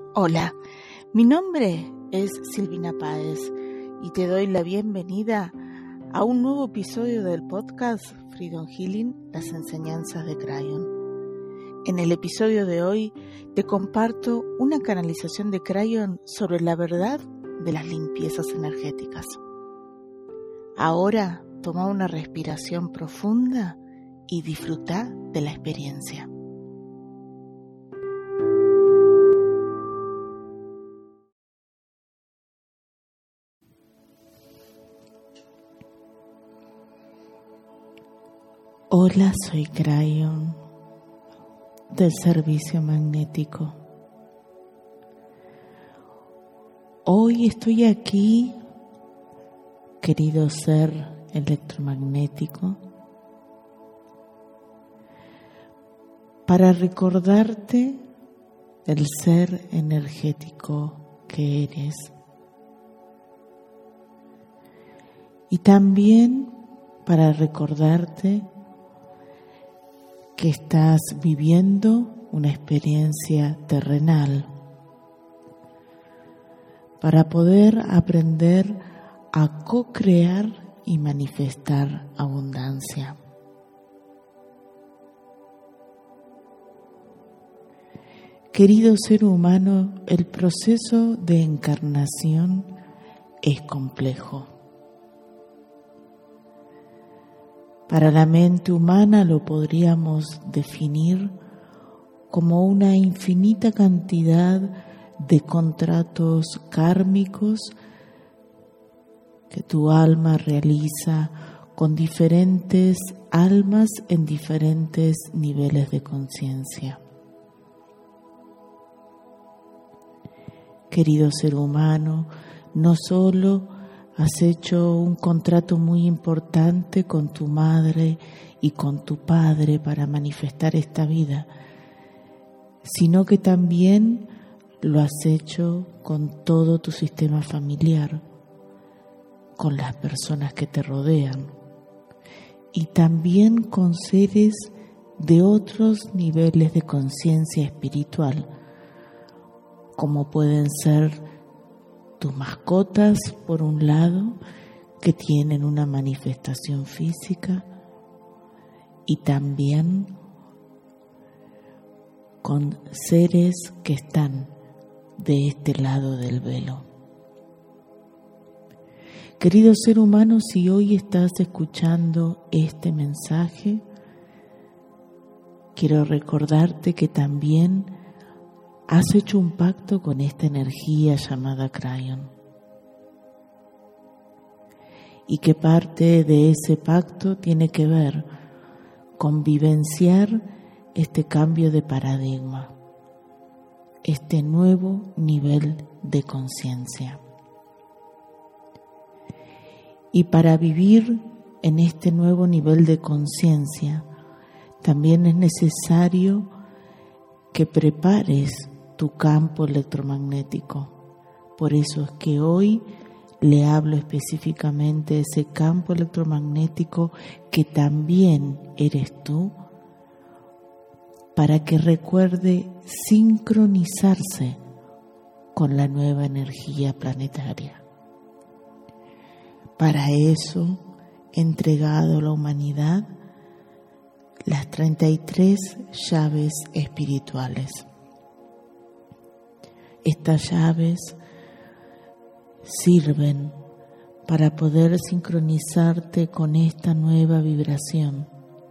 Hola, mi nombre es Silvina Páez y te doy la bienvenida a un nuevo episodio del podcast Freedom Healing, las enseñanzas de Crayon. En el episodio de hoy te comparto una canalización de Crayon sobre la verdad de las limpiezas energéticas. Ahora toma una respiración profunda y disfruta de la experiencia. Hola, soy Crayon del servicio magnético. Hoy estoy aquí, querido ser electromagnético, para recordarte el ser energético que eres. Y también para recordarte que estás viviendo una experiencia terrenal para poder aprender a co-crear y manifestar abundancia. Querido ser humano, el proceso de encarnación es complejo. Para la mente humana lo podríamos definir como una infinita cantidad de contratos kármicos que tu alma realiza con diferentes almas en diferentes niveles de conciencia. Querido ser humano, no solo has hecho un contrato muy importante con tu madre y con tu padre para manifestar esta vida, sino que también lo has hecho con todo tu sistema familiar, con las personas que te rodean y también con seres de otros niveles de conciencia espiritual, como pueden ser tus mascotas, por un lado, que tienen una manifestación física, y también con seres que están de este lado del velo. Querido ser humano, si hoy estás escuchando este mensaje, quiero recordarte que también has hecho un pacto con esta energía llamada Crayon, y que parte de ese pacto tiene que ver con vivenciar este cambio de paradigma, este nuevo nivel de conciencia. Y para vivir en este nuevo nivel de conciencia, también es necesario que prepares tu campo electromagnético. Por eso es que hoy le hablo específicamente de ese campo electromagnético que también eres tú, para que recuerde sincronizarse con la nueva energía planetaria. Para eso he entregado a la humanidad las 33 llaves espirituales. Estas llaves sirven para poder sincronizarte con esta nueva vibración.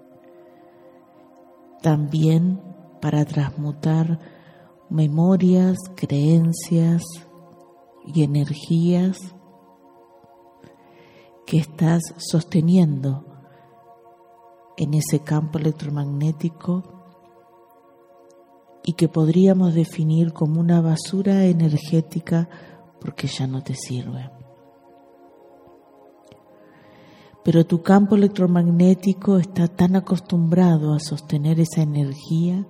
También para transmutar memorias, creencias y energías que estás sosteniendo en ese campo electromagnético y que podríamos definir como una basura energética porque ya no te sirve. Pero tu campo electromagnético está tan acostumbrado a sostener esa energía,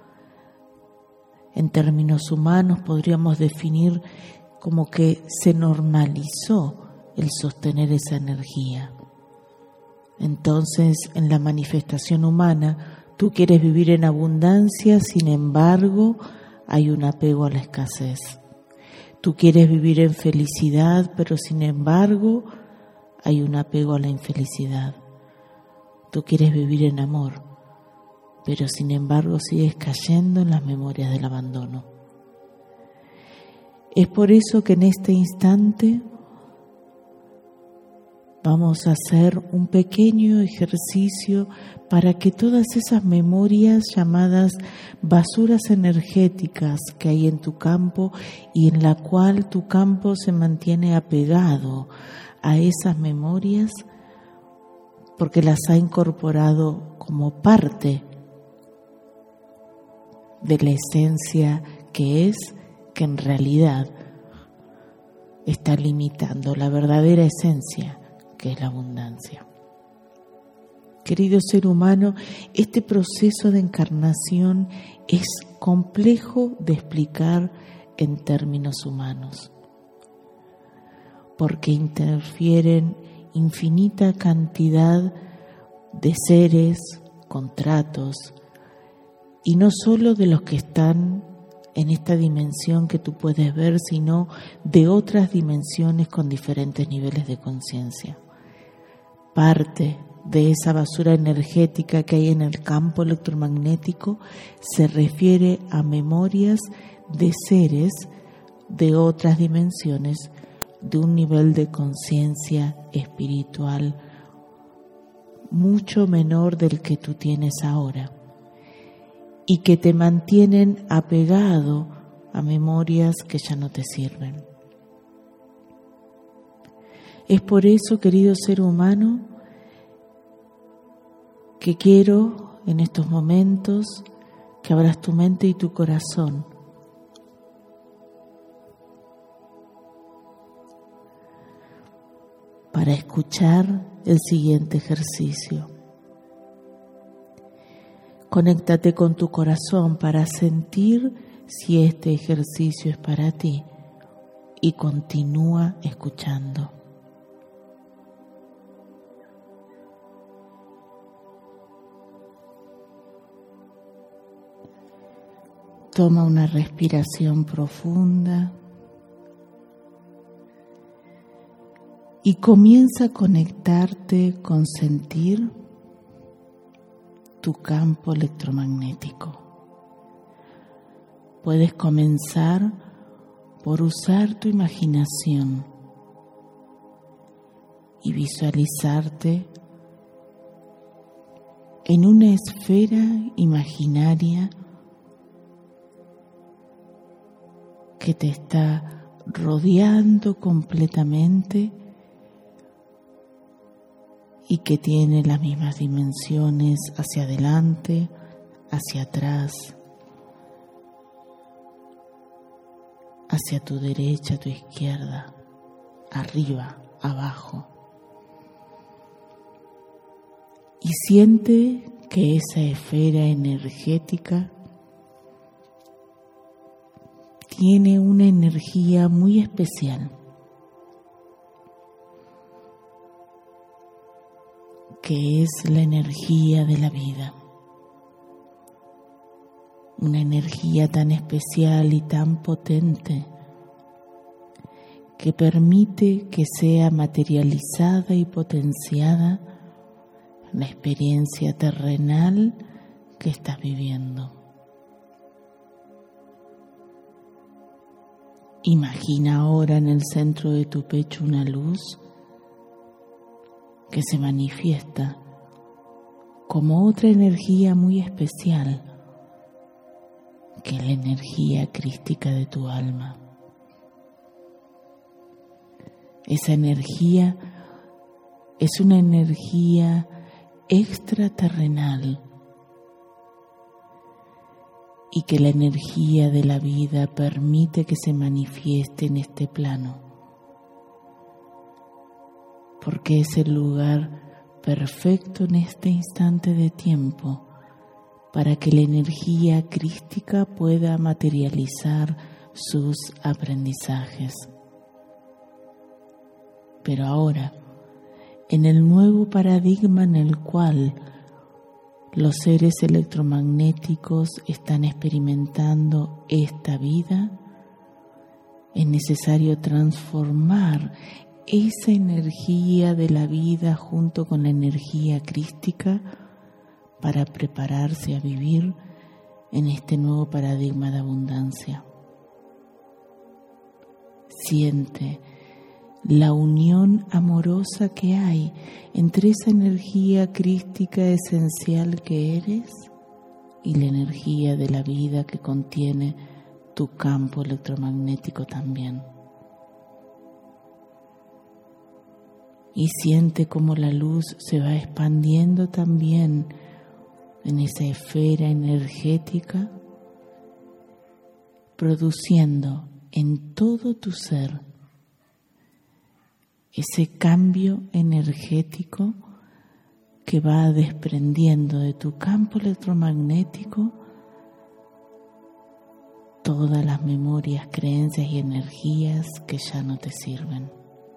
en términos humanos podríamos definir como que se normalizó el sostener esa energía. Entonces, en la manifestación humana, tú quieres vivir en abundancia, sin embargo, hay un apego a la escasez. Tú quieres vivir en felicidad, pero sin embargo hay un apego a la infelicidad. Tú quieres vivir en amor, pero sin embargo sigues cayendo en las memorias del abandono. Es por eso que en este instante vamos a hacer un pequeño ejercicio para que todas esas memorias llamadas basuras energéticas que hay en tu campo y en la cual tu campo se mantiene apegado a esas memorias porque las ha incorporado como parte de la esencia que es, que en realidad está limitando la verdadera esencia, que es la abundancia. Querido ser humano, este proceso de encarnación es complejo de explicar en términos humanos, porque interfieren infinita cantidad de seres, contratos, y no solo de los que están en esta dimensión que tú puedes ver, sino de otras dimensiones con diferentes niveles de conciencia. Parte de esa basura energética que hay en el campo electromagnético se refiere a memorias de seres de otras dimensiones, de un nivel de conciencia espiritual mucho menor del que tú tienes ahora, y que te mantienen apegado a memorias que ya no te sirven. Es por eso, querido ser humano, que quiero en estos momentos que abras tu mente y tu corazón para escuchar el siguiente ejercicio. Conéctate con tu corazón para sentir si este ejercicio es para ti y continúa escuchando. Toma una respiración profunda y comienza a conectarte con sentir tu campo electromagnético. Puedes comenzar por usar tu imaginación y visualizarte en una esfera imaginaria que te está rodeando completamente y que tiene las mismas dimensiones hacia adelante, hacia atrás, hacia tu derecha, tu izquierda, arriba, abajo. Y siente que esa esfera energética tiene una energía muy especial, que es la energía de la vida. Una energía tan especial y tan potente que permite que sea materializada y potenciada la experiencia terrenal que estás viviendo. Imagina ahora en el centro de tu pecho una luz que se manifiesta como otra energía muy especial, que es la energía crística de tu alma. Esa energía es una energía extraterrenal y que la energía de la vida permite que se manifieste en este plano, porque es el lugar perfecto en este instante de tiempo para que la energía crística pueda materializar sus aprendizajes. Pero ahora, en el nuevo paradigma en el cual los seres electromagnéticos están experimentando esta vida, es necesario transformar esa energía de la vida junto con la energía crística para prepararse a vivir en este nuevo paradigma de abundancia. Siente la unión amorosa que hay entre esa energía crística esencial que eres y la energía de la vida que contiene tu campo electromagnético también. Y siente cómo la luz se va expandiendo también en esa esfera energética, produciendo en todo tu ser ese cambio energético que va desprendiendo de tu campo electromagnético todas las memorias, creencias y energías que ya no te sirven.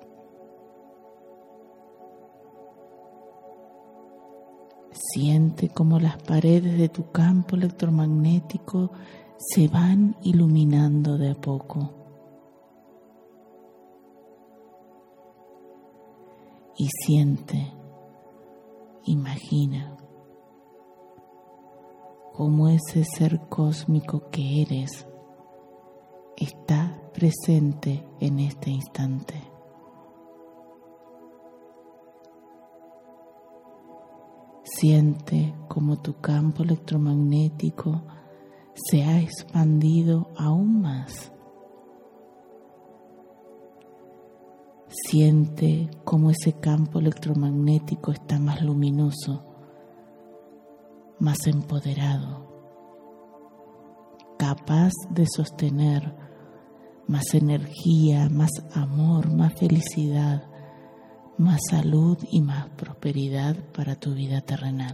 Siente cómo las paredes de tu campo electromagnético se van iluminando de a poco. Y siente, imagina cómo ese ser cósmico que eres está presente en este instante. Siente cómo tu campo electromagnético se ha expandido aún más. Siente cómo ese campo electromagnético está más luminoso, más empoderado, capaz de sostener más energía, más amor, más felicidad, más salud y más prosperidad para tu vida terrenal.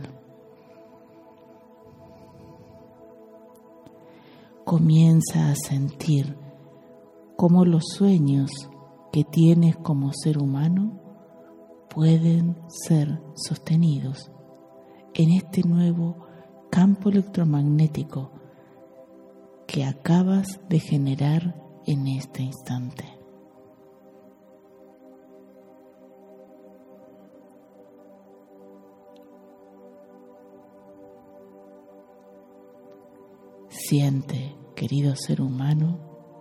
Comienza a sentir cómo los sueños que tienes como ser humano pueden ser sostenidos en este nuevo campo electromagnético que acabas de generar en este instante. Siente, querido ser humano,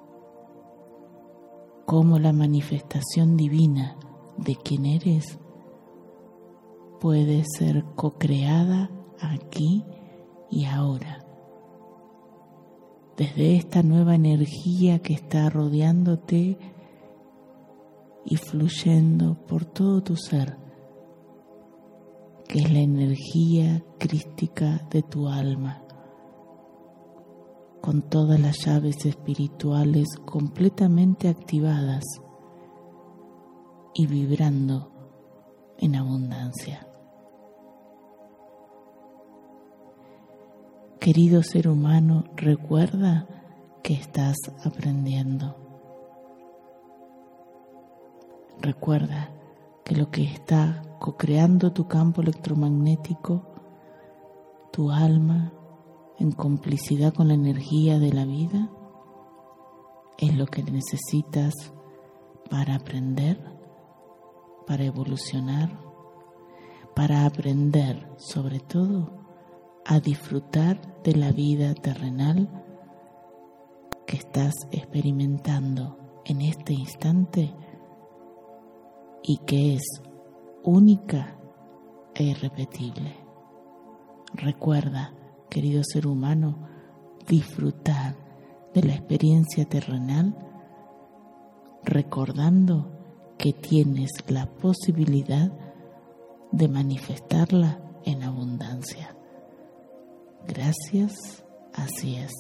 cómo la manifestación divina de quien eres puede ser co-creada aquí y ahora. Desde esta nueva energía que está rodeándote y fluyendo por todo tu ser, que es la energía crística de tu alma, con todas las llaves espirituales completamente activadas y vibrando en abundancia. Querido ser humano, recuerda que estás aprendiendo. Recuerda que lo que está co-creando tu campo electromagnético, tu alma, en complicidad con la energía de la vida, es lo que necesitas para aprender, para evolucionar, para aprender sobre todo a disfrutar de la vida terrenal que estás experimentando en este instante y que es única e irrepetible. Recuerda, querido ser humano, disfrutar de la experiencia terrenal, recordando que tienes la posibilidad de manifestarla en abundancia. Gracias, así es.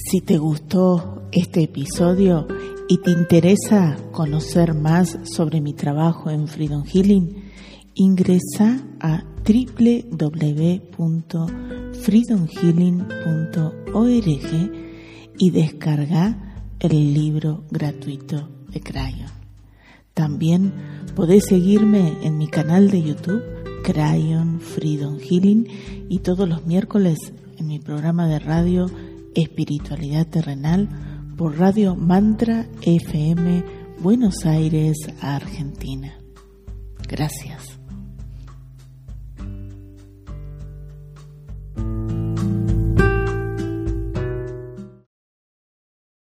Si te gustó este episodio y te interesa conocer más sobre mi trabajo en Freedom Healing, ingresa a www.freedomhealing.org y descarga el libro gratuito de Crayon. También podés seguirme en mi canal de YouTube, Crayon Freedom Healing, y todos los miércoles en mi programa de radio Espiritualidad Terrenal por Radio Mantra FM, Buenos Aires, Argentina. Gracias.